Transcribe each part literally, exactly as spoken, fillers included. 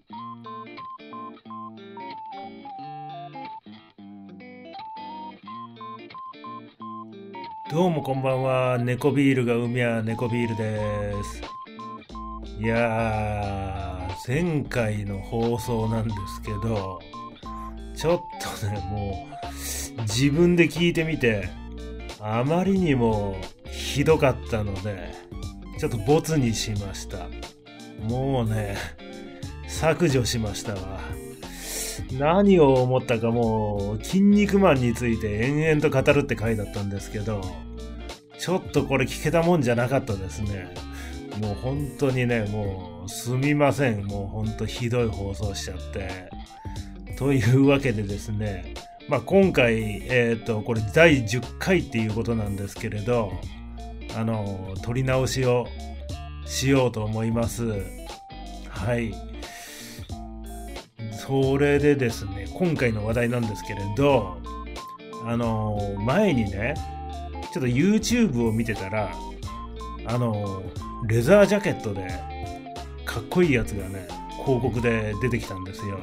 どうもこんばんは。猫ビールが海は猫ビールです。いやー、前回の放送なんですけど、ちょっとね、もう自分で聞いてみて、あまりにもひどかったので、ちょっとボツにしました。もうね、削除しましたわ。何を思ったかもう、筋肉マンについて延々と語るって回だったんですけど、ちょっとこれ聞けたもんじゃなかったですね。もう本当にね、もうすみません。もう本当ひどい放送しちゃって。というわけでですね、まあ今回、えっと、これだいじゅっかいっていうことなんですけれど、あの、撮り直しをしようと思います。はい。それでですね、今回の話題なんですけれど、あの、前にね、ちょっと YouTube を見てたら、あの、レザージャケットでかっこいいやつがね、広告で出てきたんですよ。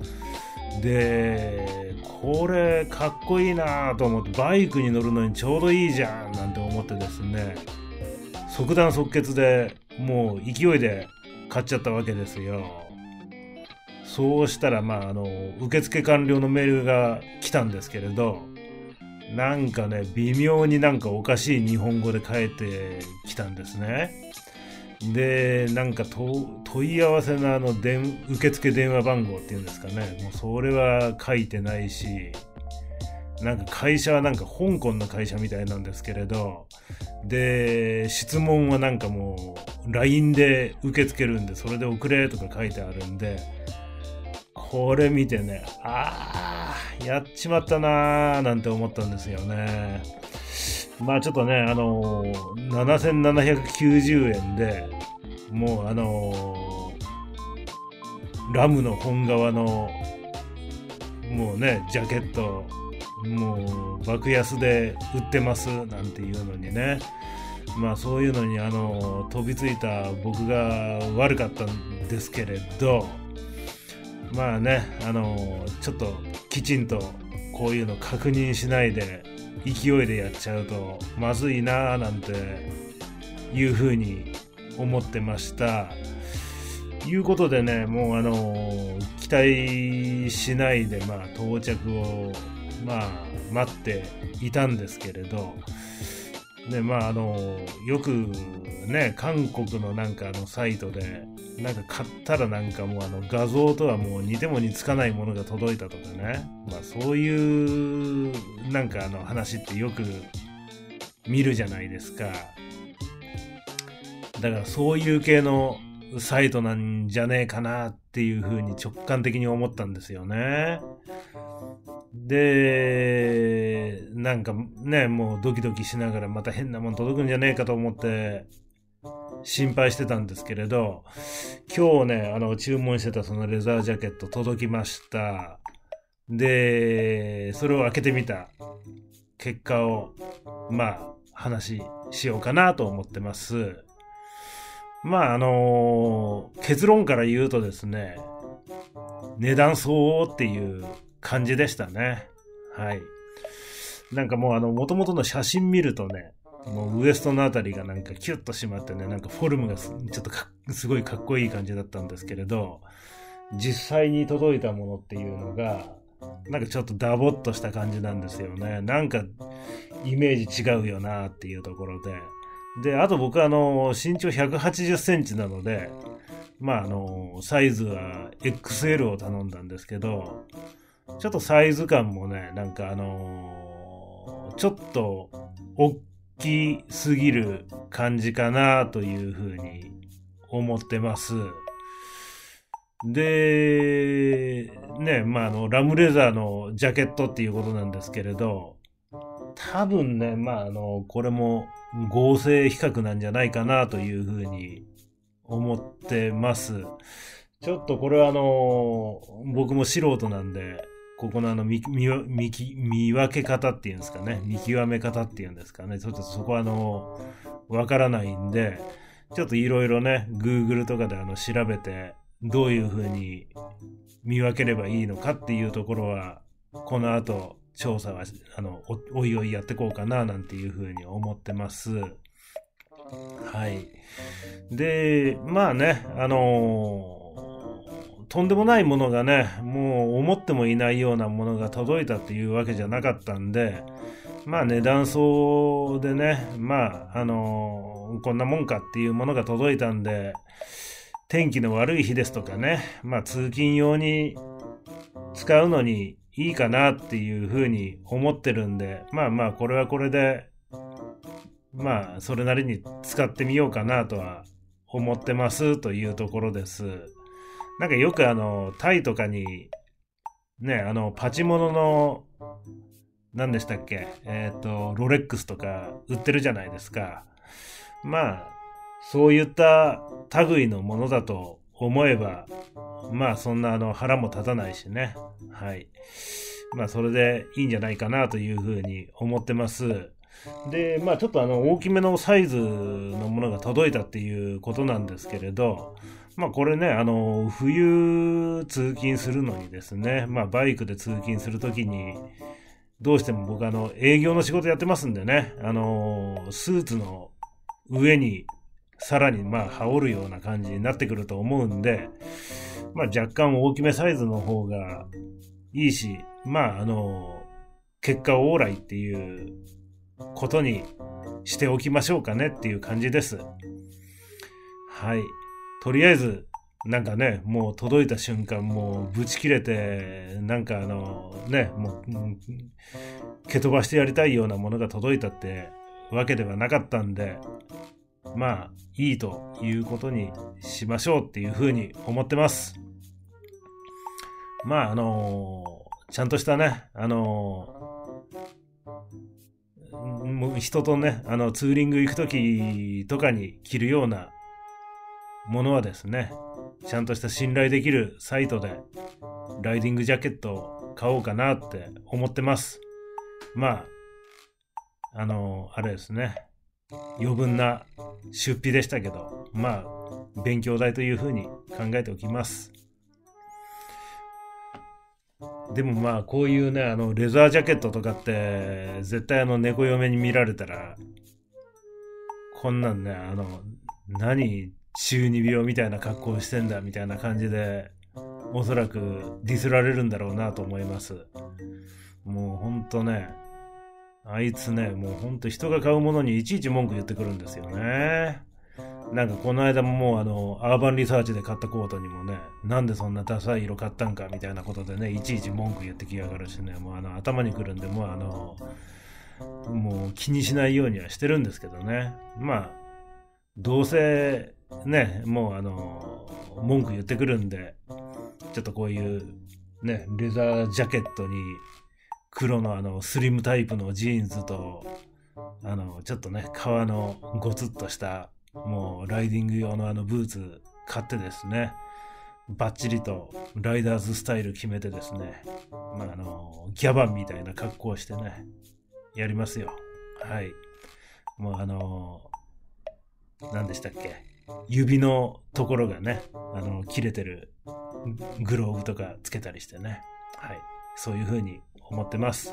で、これかっこいいなと思って、バイクに乗るのにちょうどいいじゃんなんて思ってですね、即断即決でもう勢いで買っちゃったわけですよ。そうしたら、まあ、あの、受付完了のメールが来たんですけれど、なんかね、微妙になんかおかしい日本語で書いてきたんですね。で、なんかと問い合わせのあの電受付電話番号っていうんですかね。もうそれは書いてないし、なんか会社はなんか香港の会社みたいなんですけれど、で、質問はなんかもう ライン で受け付けるんで、それで送れとか書いてあるんで、これ見てね、あー、やっちまったなーなんて思ったんですよね。まあちょっとね、あのー、ななせんななひゃくきゅうじゅうえんで、もうあのー、ラムの本革の、もうね、ジャケット、もう爆安で売ってますなんていうのにね、まあそういうのにあのー、飛びついた僕が悪かったんですけれど、まあね、あのー、ちょっときちんとこういうの確認しないで勢いでやっちゃうとまずいなーなんていうふうに思ってました。いうことでね、もうあのー、期待しないでまあ到着をまあ待っていたんですけれど、ね、まああのよくね、韓国のなんかあのサイトでなんか買ったらなんかもうあの画像とはもう似ても似つかないものが届いたとかね、まあそういうなんかあの話ってよく見るじゃないですか。だからそういう系のサイトなんじゃねえかなっていう風に直感的に思ったんですよね。で、なんかね、もうドキドキしながらまた変なもん届くんじゃねえかと思って心配してたんですけれど、今日ね、あの、注文してたそのレザージャケット届きました。で、それを開けてみた結果を、まあ、話しようかなと思ってます。まあ、あのー、結論から言うとですね、値段相応っていう感じでしたね。はい。なんかもうあの、元々の写真見るとね、もうウエストのあたりがなんかキュッと締まってね、なんかフォルムがちょっとかすごいかっこいい感じだったんですけれど、実際に届いたものっていうのが、なんかちょっとダボっとした感じなんですよね。なんかイメージ違うよなっていうところで。で、あと僕はあの、身長ひゃくはちじゅっセンチなので、まああの、サイズは エックスエル を頼んだんですけど、ちょっとサイズ感もね、なんかあのー、ちょっと大きすぎる感じかなというふうに思ってます。で、ね、まあ、あの、ラムレザーのジャケットっていうことなんですけれど、多分ね、まあ、あの、これも合成比較なんじゃないかなというふうに思ってます。ちょっとこれはあの、僕も素人なんで、ここのあの見、見、見、見分け方っていうんですかね、見極め方っていうんですかね、ちょっとそこはあの、わからないんで、ちょっといろいろね、Google とかであの調べて、 どういうふうに見分ければいいのかっていうところは、この後調査はあの お, おいおいやっていこうかななんていうふうに思ってます。はい。で、まあね、あのーとんでもないものがね、もう思ってもいないようなものが届いたっていうわけじゃなかったんで、まあ値段相でね、まあ、あのーこんなもんかっていうものが届いたんで、天気の悪い日ですとかね、まあ通勤用に使うのにいいかなっていうふうに思ってるんで、まあまあこれはこれで、まあそれなりに使ってみようかなとは思ってますというところです。なんかよくあのタイとかにね、あのパチモノの何でしたっけ、えっとロレックスとか売ってるじゃないですか。まあそういった類のものだと思えば、まあそんなあの腹も立たないしね。はい。まあそれでいいんじゃないかなというふうに思ってます。で、まあちょっとあの大きめのサイズのものが届いたっていうことなんですけれど、まあこれね、あの冬通勤するのにですね、まあバイクで通勤するときに、どうしても僕あの営業の仕事やってますんでね、あのスーツの上にさらにまあ羽織るような感じになってくると思うんで、まあ若干大きめサイズの方がいいし、まああの結果オーライっていうことにしておきましょうかねっていう感じです。はい。とりあえずなんかね、もう届いた瞬間もうブチ切れて、なんかあのね、もう、うん、蹴飛ばしてやりたいようなものが届いたってわけではなかったんで、まあいいということにしましょうっていうふうに思ってます。まああのー、ちゃんとしたね、あのー、もう人とね、あのツーリング行くときとかに着るようなものはですね、ちゃんとした信頼できるサイトでライディングジャケットを買おうかなって思ってます。まああのー、あれですね、余分な出費でしたけど、まあ勉強代というふうに考えておきます。でもまあこういうね、あのレザージャケットとかって絶対あの猫嫁に見られたら、こんなんね、あの何中二病みたいな格好してんだみたいな感じで、おそらくディスられるんだろうなと思います。もうほんとね、あいつね、もうほんと人が買うものにいちいち文句言ってくるんですよね。なんかこの間ももうあのアーバンリサーチで買ったコートにもね、なんでそんなダサい色買ったんかみたいなことでね、いちいち文句言ってきやがるしね、もうあの頭にくるんで、もうあのもう気にしないようにはしてるんですけどね。まあどうせね、もうあの文句言ってくるんで、ちょっとこういうねレザージャケットに黒のあのスリムタイプのジーンズと、あのちょっとね革のゴツッとしたもうライディング用のあのブーツ買ってですね、バッチリとライダーズスタイル決めてですね、まああのギャバンみたいな格好をしてねやりますよ。はい。もうあの何でしたっけ、指のところがね、あの切れてるグローブとかつけたりしてね、はい、そういう風に思ってます。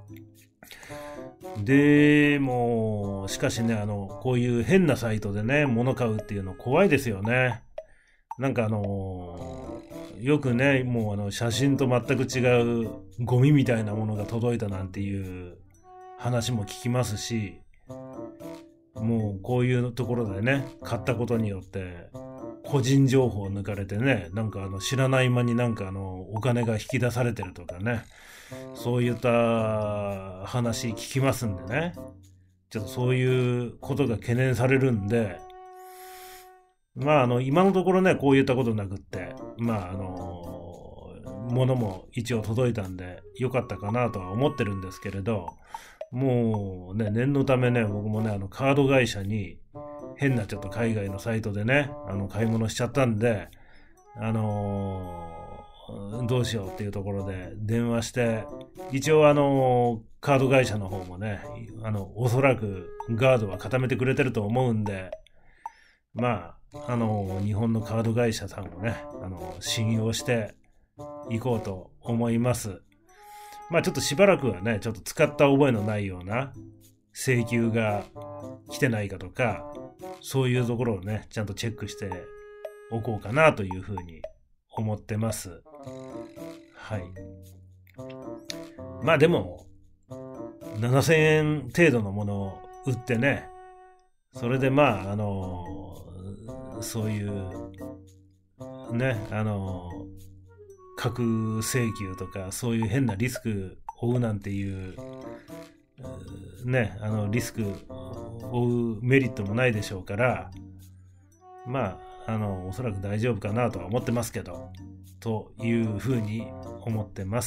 でもしかしね、あのこういう変なサイトでね物買うっていうの怖いですよね。なんかあのよくね、もうあの写真と全く違うゴミみたいなものが届いたなんていう話も聞きますし、もうこういうところでね買ったことによって個人情報を抜かれてね、なんかあの知らない間になんかあのお金が引き出されてるとかね、そういった話聞きますんでね、ちょっとそういうことが懸念されるんで、まああの今のところねこういったことなくって、まああの物も一応届いたんで良かったかなとは思ってるんですけれど、もうね念のためね、僕もねあのカード会社に変なちょっと海外のサイトでねあの買い物しちゃったんで、あのー、どうしようっていうところで電話して、一応あのー、カード会社の方もね、あのおそらくガードは固めてくれてると思うんで、まああの、日本のカード会社さんをね、あの、信用していこうと思います。まあちょっとしばらくはね、ちょっと使った覚えのないような請求が来てないかとか、そういうところをね、ちゃんとチェックしておこうかなというふうに思ってます。はい。まあでも、ななせんえん程度のものを売ってね、それでまあ、あの、そういう、ね、あの、核請求とか、そういう変なリスクを負うなんていう、ね、あの、リスクを負うメリットもないでしょうから、まあ、あの、おそらく大丈夫かなとは思ってますけど、というふうに思ってます。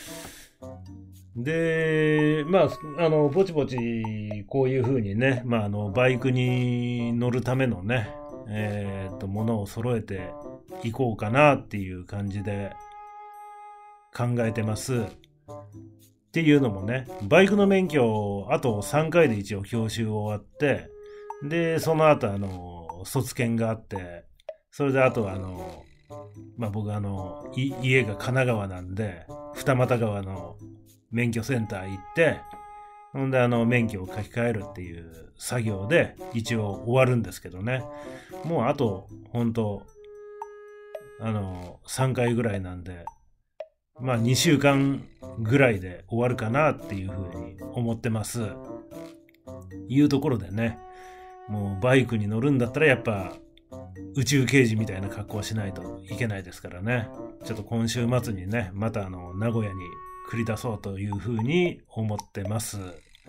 で、まあ、あの、ぼちぼち、こういうふうにね、まあ、あの、バイクに乗るためのね、えーっと、ものを揃えていこうかなっていう感じで考えてます。っていうのもね、バイクの免許、あとさんかいで一応教習終わって、で、その後、あの、卒検があって、それであと、あの、まあ、僕あの、家が神奈川なんで、二俣川の免許センター行って、ほんであの免許を書き換えるっていう作業で一応終わるんですけどね。もうあとほんとあのさんかいぐらいなんで、まあにしゅうかんぐらいで終わるかなっていうふうに思ってます。いうところでね、もうバイクに乗るんだったらやっぱ宇宙刑事みたいな格好をしないといけないですからね。ちょっと今週末にね、またあの名古屋に繰り出そうというふうに思ってます。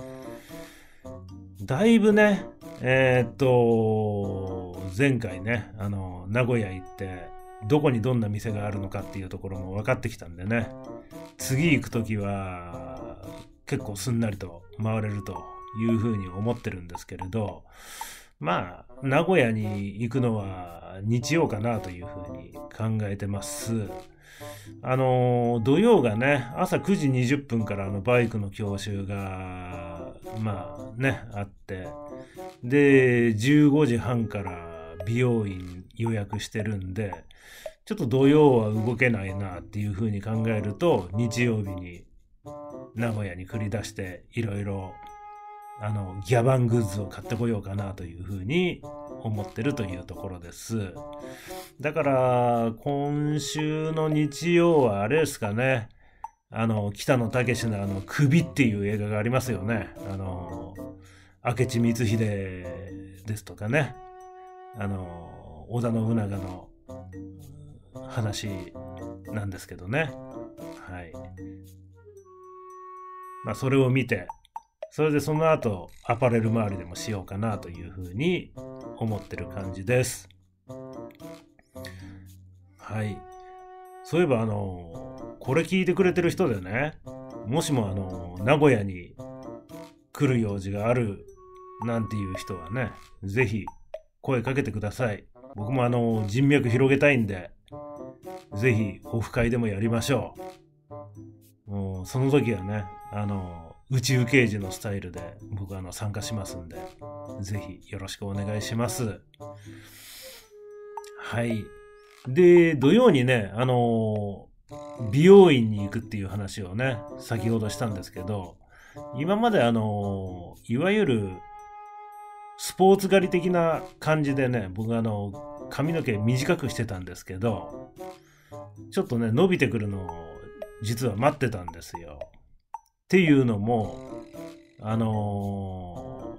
だいぶね、えー、っと、前回ね、あの、名古屋行って、どこにどんな店があるのかっていうところも分かってきたんでね、次行くときは結構すんなりと回れるというふうに思ってるんですけれど、まあ、名古屋に行くのは日曜かなというふうに考えてます。あの土曜がね、朝くじにじゅっぷんからあのバイクの教習がまあねあって、でじゅうごじはんから美容院予約してるんで、ちょっと土曜は動けないなっていう風に考えると、日曜日に名古屋に繰り出していろいろあのギャバングッズを買ってこようかなという風に思ってるというところです。だから今週の日曜はあれですかね、あの北野武のあの首っていう映画がありますよね。あの明智光秀ですとかね、あの織田信長の話なんですけどね。はい。まあそれを見て、それでその後アパレル周りでもしようかなというふうに思ってる感じです。はい。そういえばあのこれ聞いてくれてる人でね、もしもあの名古屋に来る用事があるなんていう人はね、ぜひ声かけてください。僕もあの人脈広げたいんで、ぜひオフ会でもやりましょう。もうその時はね、あの宇宙刑事のスタイルで僕はあの参加しますんで、ぜひよろしくお願いします。はい。で、土曜にね、あの美容院に行くっていう話をね、先ほどしたんですけど、今まであのいわゆるスポーツ狩り的な感じでね、僕あの髪の毛短くしてたんですけど、ちょっとね伸びてくるのを実は待ってたんですよ。っていうのも、あの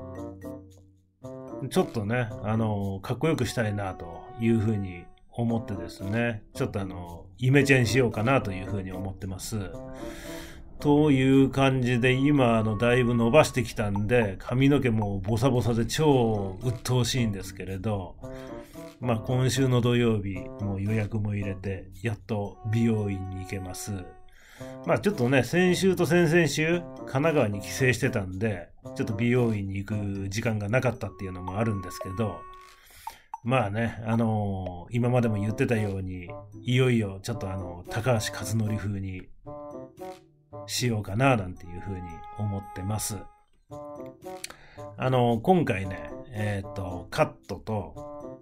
ー、ちょっとね、あのー、かっこよくしたいなというふうに思ってですね、ちょっとあのイメチェンしようかなというふうに思ってます。という感じで、今あのだいぶ伸ばしてきたんで、髪の毛もボサボサで超鬱陶しいんですけれど、まあ今週の土曜日もう予約も入れて、やっと美容院に行けます。まあちょっとね、先週と先々週神奈川に帰省してたんで、ちょっと美容院に行く時間がなかったっていうのもあるんですけど、まあね、あのー、今までも言ってたように、いよいよちょっとあの高橋克典風にしようかななんていうふうに思ってます。あの今回ね、えっとカットと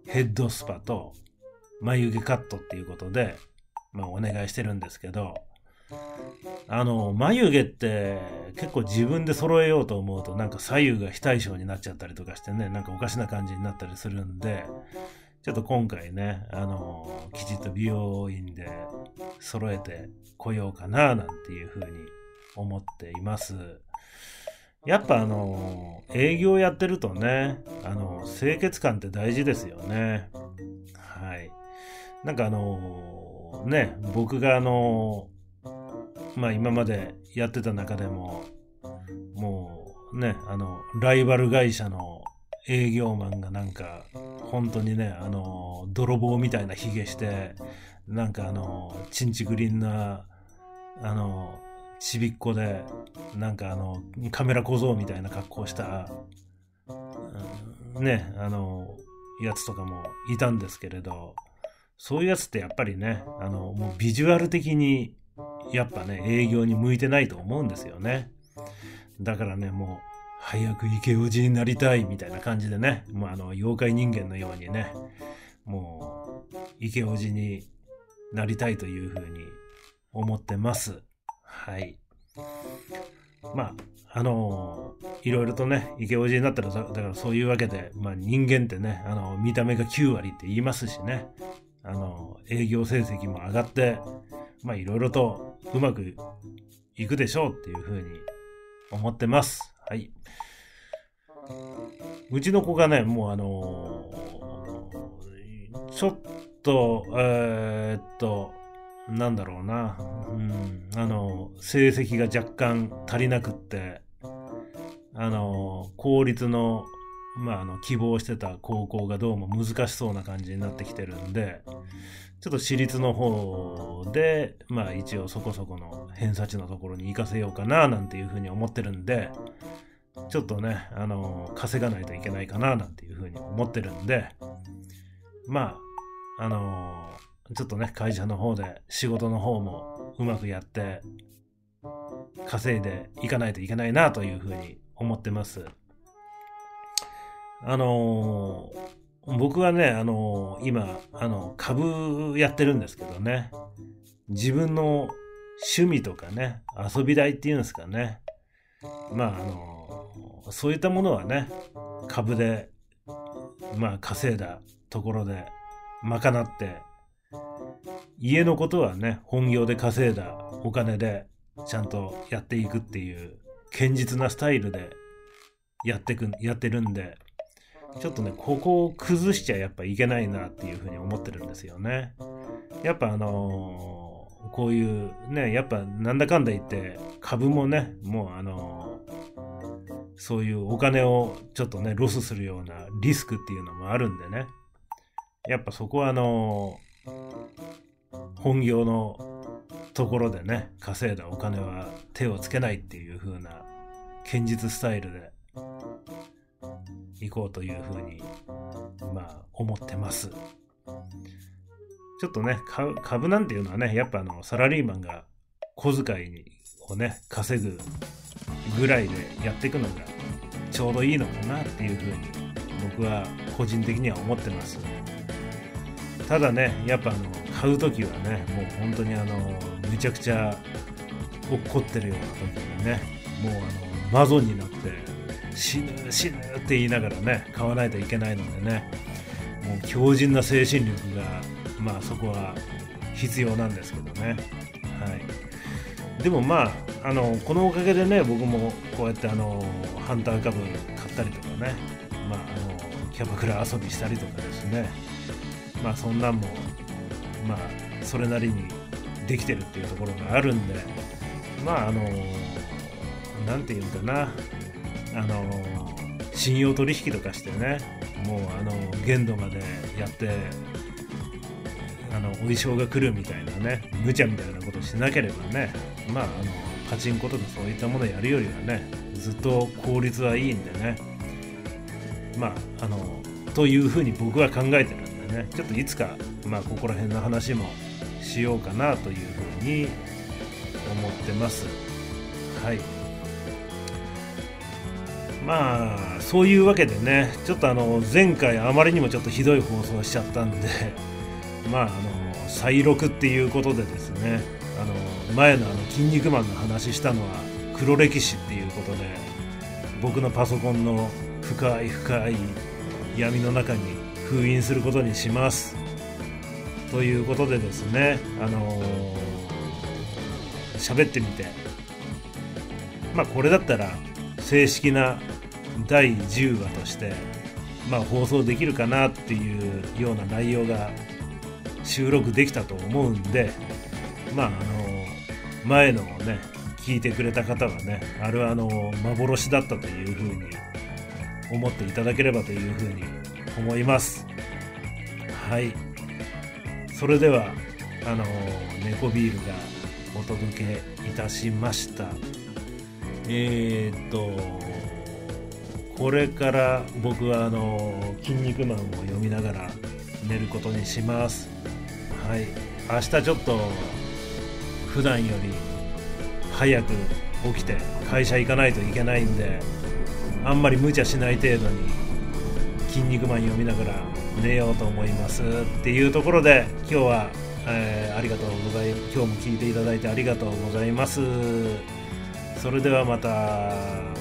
ヘッドスパと眉毛カットっていうことで、まあお願いしてるんですけど、あの、眉毛って結構自分で揃えようと思うとなんか左右が非対称になっちゃったりとかしてね、なんかおかしな感じになったりするんで、ちょっと今回ね、あの、きちっと美容院で揃えてこようかななんていうふうに思っています。やっぱあの、営業やってるとね、あの、清潔感って大事ですよね。はい。なんかあの、ね、僕があの、まあ今までやってた中でも、もうね、あの、ライバル会社の営業マンがなんか、本当にね、あの、泥棒みたいな髭して、なんかあの、ちんちくりんな、あの、ちびっこで、なんかあの、カメラ小僧みたいな格好した、うん、ね、あの、やつとかもいたんですけれど、そういうやつってやっぱりね、あの、もうビジュアル的に、やっぱね、営業に向いてないと思うんですよね。だからね、もう、早くイケオジになりたいみたいな感じでね、もうあの、妖怪人間のようにね、もう、イケオジになりたいというふうに思ってます。はい。まあ、あのー、いろいろとね、イケオジになったら、だからそういうわけで、まあ人間ってね、あの、見た目がきゅうわりって言いますしね、あの、営業成績も上がって、まあいろいろとうまくいくでしょうっていうふうに思ってます。はい。うちの子がね、もうあのー、ちょっと、えー、っと、なんだろうな、うん、あの、成績が若干足りなくって、あの、公立の、まあ、あの、希望してた高校がどうも難しそうな感じになってきてるんで、ちょっと私立の方で、まあ一応そこそこの偏差値のところに行かせようかななんていうふうに思ってるんで、ちょっとね、あの、稼がないといけないかななんていうふうに思ってるんで、まあ、あの、ちょっとね、会社の方で仕事の方もうまくやって、稼いでいかないといけないなというふうに思ってます。あのー、僕はね、あのー、今、あの、株やってるんですけどね、自分の趣味とかね、遊び代っていうんですかね。まあ、あのー、そういったものはね、株で、まあ、稼いだところで賄って、家のことはね、本業で稼いだお金でちゃんとやっていくっていう堅実なスタイルでやってく、やってるんで、ちょっとね、ここを崩しちゃやっぱいけないなっていうふうに思ってるんですよね。やっぱあのー、こういうね、やっぱなんだかんだ言って株もね、もうあのー、そういうお金をちょっとね、ロスするようなリスクっていうのもあるんでね。やっぱそこはあのー、本業のところでね、稼いだお金は手をつけないっていう風な堅実スタイルで行こうという風にまあ思ってます。ちょっとね、株なんていうのはね、やっぱあのサラリーマンが小遣いをね稼ぐぐらいでやっていくのがちょうどいいのかなっていう風に僕は個人的には思ってます。ただね、やっぱあの買うときはね、もう本当にあのめちゃくちゃ怒ってるような時にね、もうあのマゾになって死ぬ死ぬって言いながらね買わないといけないのでね、もう強靭な精神力がまあそこは必要なんですけどね。はい。でもまああのこのおかげでね、僕もこうやってあのハンター株買ったりとかね、まああのキャバクラ遊びしたりとかですね、まあそんなんもまあそれなりにできてるっていうところがあるんで、まああのなんていうかな、あの信用取引とかしてね、もうあの限度までやってあのお衣装が来るみたいなね、無茶みたいなことしなければね、まああのパチンコとかそういったものやるよりはね、ずっと効率はいいんでね、まああのというふうに僕は考えてるんでね、ちょっといつかまあここら辺の話もしようかなというふうに思ってます。はい。 まあそういうわけでね、ちょっとあの前回あまりにもちょっとひどい放送しちゃったんでまああの再録っていうことでですね、あの前のあの筋肉マンの話したのは黒歴史っていうことで、僕のパソコンの深い深い闇の中に封印することにしますということでですね、あの喋ってみて、まあこれだったら正式なだいじゅうわとしてまあ放送できるかなっていうような内容が収録できたと思うんで、まああの前のをね聞いてくれた方はね、あれはあの幻だったというふうに思っていただければというふうに思います。はい、それではあの猫ビールがお届けいたしました。えーっとこれから僕はあの筋肉マンを読みながら寝ることにします。はい、明日ちょっと普段より早く起きて会社行かないといけないんで、あんまり無茶しない程度に筋肉マン読みながら寝ようと思いますっていうところで、今日は、えー、ありがとうござい今日も聞いていただいてありがとうございます。それではまた。